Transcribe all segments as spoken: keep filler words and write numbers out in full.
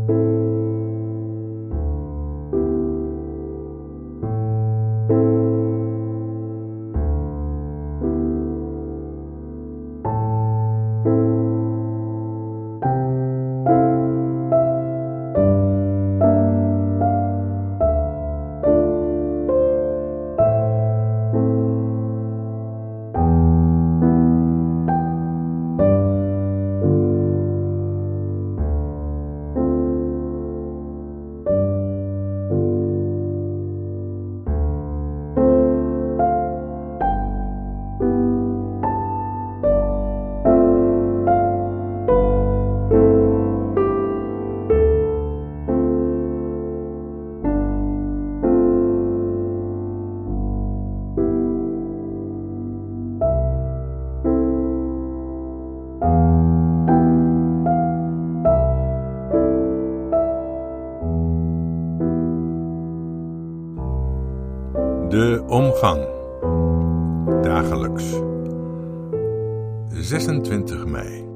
De omgang. Dagelijks. zesentwintig mei.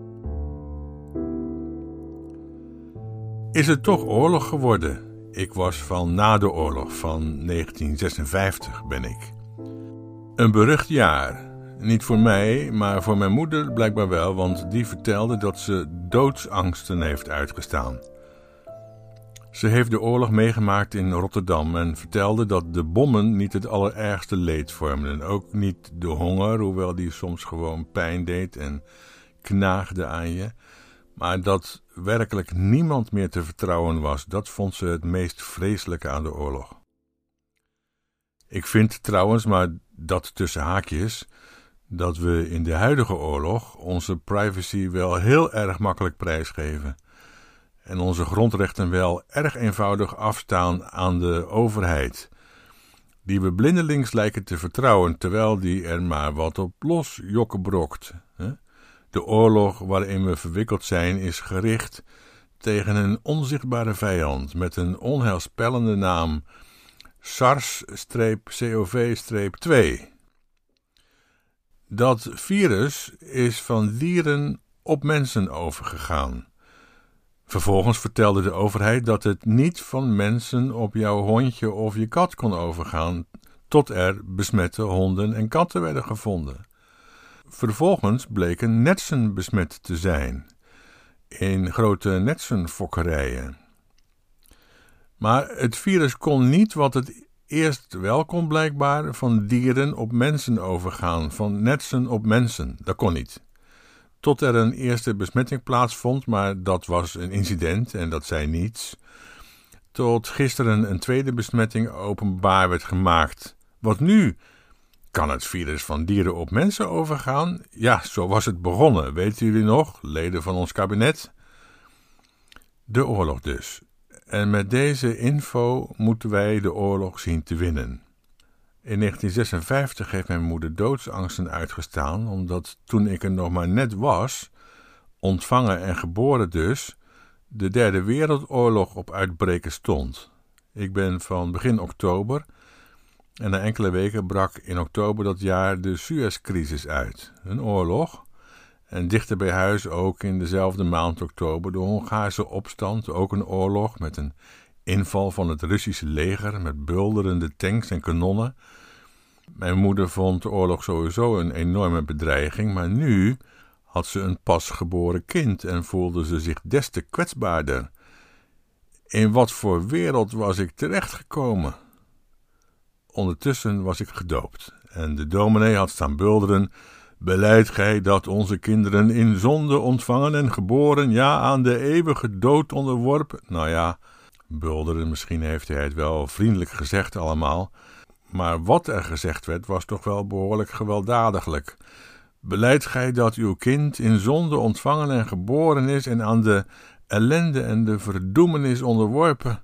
Is het toch oorlog geworden? Ik was van na de oorlog, van negentien zesenvijftig ben ik. Een berucht jaar. Niet voor mij, maar voor mijn moeder blijkbaar wel, want die vertelde dat ze doodsangsten heeft uitgestaan. Ze heeft de oorlog meegemaakt in Rotterdam en vertelde dat de bommen niet het allerergste leed vormden. Ook niet de honger, hoewel die soms gewoon pijn deed en knaagde aan je. Maar dat werkelijk niemand meer te vertrouwen was, dat vond ze het meest vreselijke aan de oorlog. Ik vind trouwens, maar dat tussen haakjes, dat we in de huidige oorlog onze privacy wel heel erg makkelijk prijsgeven. En onze grondrechten wel erg eenvoudig afstaan aan de overheid, die we blindelings lijken te vertrouwen, terwijl die er maar wat op los jokkebrokt. De oorlog waarin we verwikkeld zijn is gericht tegen een onzichtbare vijand met een onheilspellende naam SARS-C o V twee. Dat virus is van dieren op mensen overgegaan. Vervolgens vertelde de overheid dat het niet van mensen op jouw hondje of je kat kon overgaan, tot er besmette honden en katten werden gevonden. Vervolgens bleken netsen besmet te zijn, in grote netsenfokkerijen. Maar het virus kon niet, wat het eerst wel kon blijkbaar, van dieren op mensen overgaan, van netsen op mensen. Dat kon niet. Tot er een eerste besmetting plaatsvond, maar dat was een incident en dat zei niets. Tot gisteren een tweede besmetting openbaar werd gemaakt. Wat nu? Kan het virus van dieren op mensen overgaan? Ja, zo was het begonnen, weten jullie nog, leden van ons kabinet? De oorlog dus. En met deze info moeten wij de oorlog zien te winnen. In negentien zesenvijftig heeft mijn moeder doodsangsten uitgestaan, omdat toen ik er nog maar net was, ontvangen en geboren dus, de derde wereldoorlog op uitbreken stond. Ik ben van begin oktober en na enkele weken brak in oktober dat jaar de Suezcrisis uit. Een oorlog. En dichter bij huis ook in dezelfde maand oktober de Hongaarse opstand, ook een oorlog met een inval van het Russische leger met bulderende tanks en kanonnen. Mijn moeder vond de oorlog sowieso een enorme bedreiging, maar nu had ze een pasgeboren kind en voelde ze zich des te kwetsbaarder. In wat voor wereld was ik terechtgekomen? Ondertussen was ik gedoopt en de dominee had staan bulderen: belijdt gij dat onze kinderen in zonde ontvangen en geboren, ja, aan de eeuwige dood onderworpen? Nou ja, bulderen, misschien heeft hij het wel vriendelijk gezegd allemaal, maar wat er gezegd werd was toch wel behoorlijk gewelddadiglijk. Belijdt gij dat uw kind in zonde ontvangen en geboren is en aan de ellende en de verdoemenis onderworpen?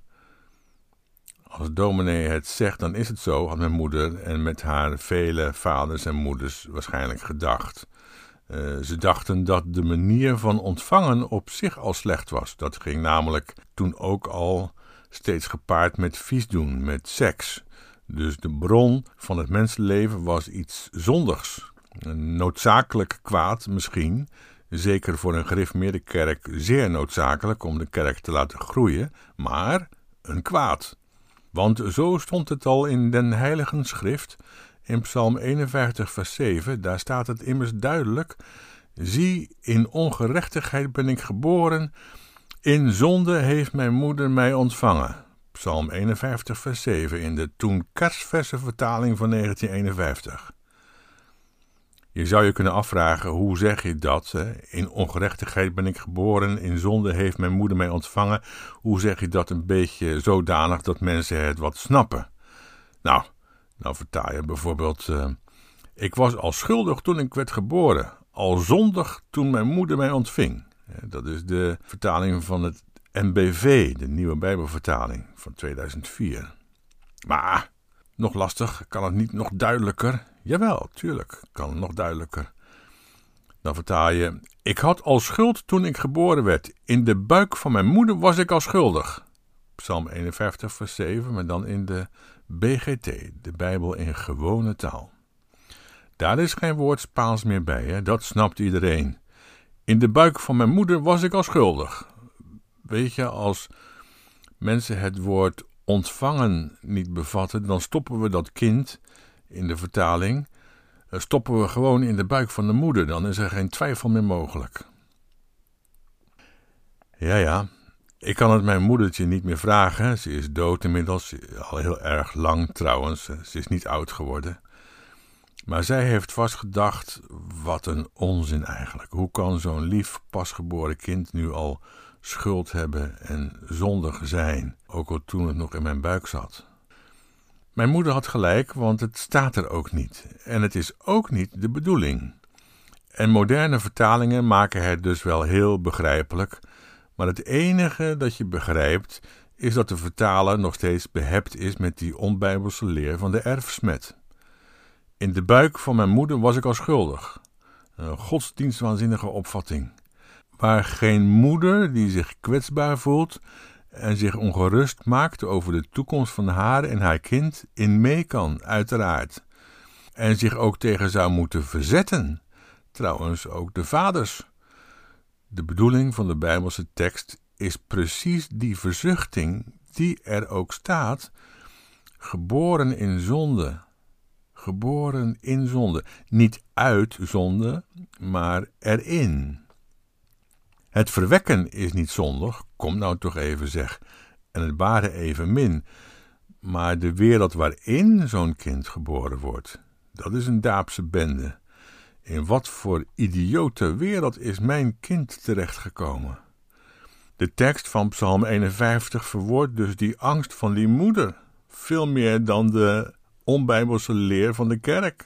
Als dominee het zegt, dan is het zo, had mijn moeder en met haar vele vaders en moeders waarschijnlijk gedacht. Uh, ze dachten dat de manier van ontvangen op zich al slecht was. Dat ging namelijk toen ook al steeds gepaard met vies doen, met seks. Dus de bron van het mensenleven was iets zondigs. Een noodzakelijk kwaad misschien, zeker voor een gereformeerde kerk zeer noodzakelijk om de kerk te laten groeien, maar een kwaad. Want zo stond het al in den Heiligen Schrift, in Psalm eenenvijftig vers zeven, daar staat het immers duidelijk: zie, in ongerechtigheid ben ik geboren, in zonde heeft mijn moeder mij ontvangen. Psalm eenenvijftig vers zeven in de toen kersverse vertaling van negentien eenenvijftig. Je zou je kunnen afvragen, hoe zeg je dat? Hè? In ongerechtigheid ben ik geboren, in zonde heeft mijn moeder mij ontvangen. Hoe zeg je dat een beetje zodanig dat mensen het wat snappen? Nou, nou vertaal je bijvoorbeeld: Uh, ik was al schuldig toen ik werd geboren, al zondig toen mijn moeder mij ontving. Dat is de vertaling van het N B V, de Nieuwe Bijbelvertaling van tweeduizend vier. Maar nog lastig, kan het niet nog duidelijker? Jawel, tuurlijk, kan het nog duidelijker. Dan vertaal je: ik had al schuld toen ik geboren werd. In de buik van mijn moeder was ik al schuldig. Psalm eenenvijftig vers zeven, maar dan in de B G T, de Bijbel in gewone taal. Daar is geen woord Spaans meer bij, hè? Dat snapt iedereen. In de buik van mijn moeder was ik al schuldig. Weet je, als mensen het woord ontvangen niet bevatten, dan stoppen we dat kind in de vertaling, stoppen we gewoon in de buik van de moeder. Dan is er geen twijfel meer mogelijk. Ja, ja, ik kan het mijn moedertje niet meer vragen. Ze is dood inmiddels, al heel erg lang trouwens. Ze is niet oud geworden. Maar zij heeft vast gedacht: wat een onzin eigenlijk. Hoe kan zo'n lief pasgeboren kind nu al schuld hebben en zondig zijn, ook al toen het nog in mijn buik zat? Mijn moeder had gelijk, want het staat er ook niet. En het is ook niet de bedoeling. En moderne vertalingen maken het dus wel heel begrijpelijk, maar het enige dat je begrijpt is dat de vertaler nog steeds behept is met die onbijbelse leer van de erfsmet. In de buik van mijn moeder was ik al schuldig. Een godsdienstwaanzinnige opvatting. Waar geen moeder die zich kwetsbaar voelt en zich ongerust maakt over de toekomst van haar en haar kind in mee kan, uiteraard. En zich ook tegen zou moeten verzetten. Trouwens ook de vaders. De bedoeling van de Bijbelse tekst is precies die verzuchting die er ook staat: geboren in zonde. Geboren in zonde. Niet uit zonde, maar erin. Het verwekken is niet zondig, kom nou toch even zeg, en het baren evenmin. Maar de wereld waarin zo'n kind geboren wordt, dat is een daapse bende. In wat voor idiote wereld is mijn kind terechtgekomen? De tekst van Psalm eenenvijftig verwoordt dus die angst van die moeder, veel meer dan de onbijbelse leer van de kerk.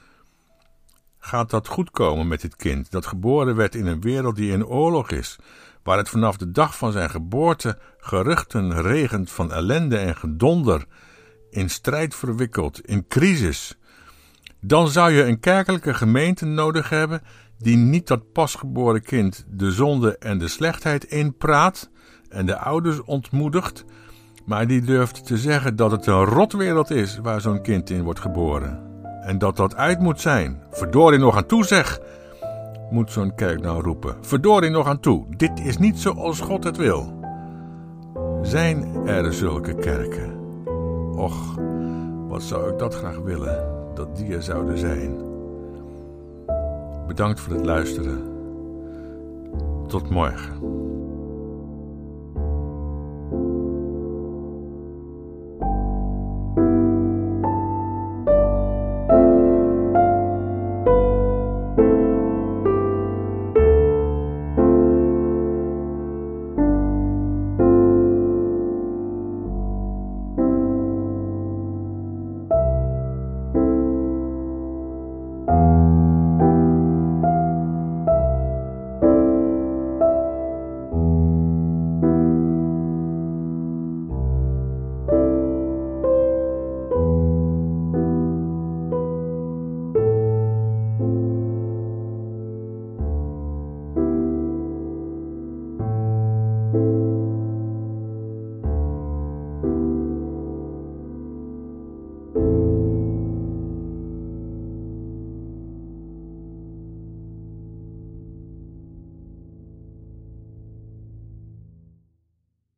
Gaat dat goed komen met dit kind dat geboren werd in een wereld die in oorlog is, waar het vanaf de dag van zijn geboorte geruchten regent van ellende en gedonder, in strijd verwikkeld, in crisis? Dan zou je een kerkelijke gemeente nodig hebben die niet dat pasgeboren kind de zonde en de slechtheid inpraat en de ouders ontmoedigt, maar die durft te zeggen dat het een rotwereld is waar zo'n kind in wordt geboren. En dat dat uit moet zijn. Verdorie nog aan toe zeg, moet zo'n kerk nou roepen. Verdorie nog aan toe, dit is niet zoals God het wil. Zijn er zulke kerken? Och, wat zou ik dat graag willen, dat die er zouden zijn. Bedankt voor het luisteren. Tot morgen.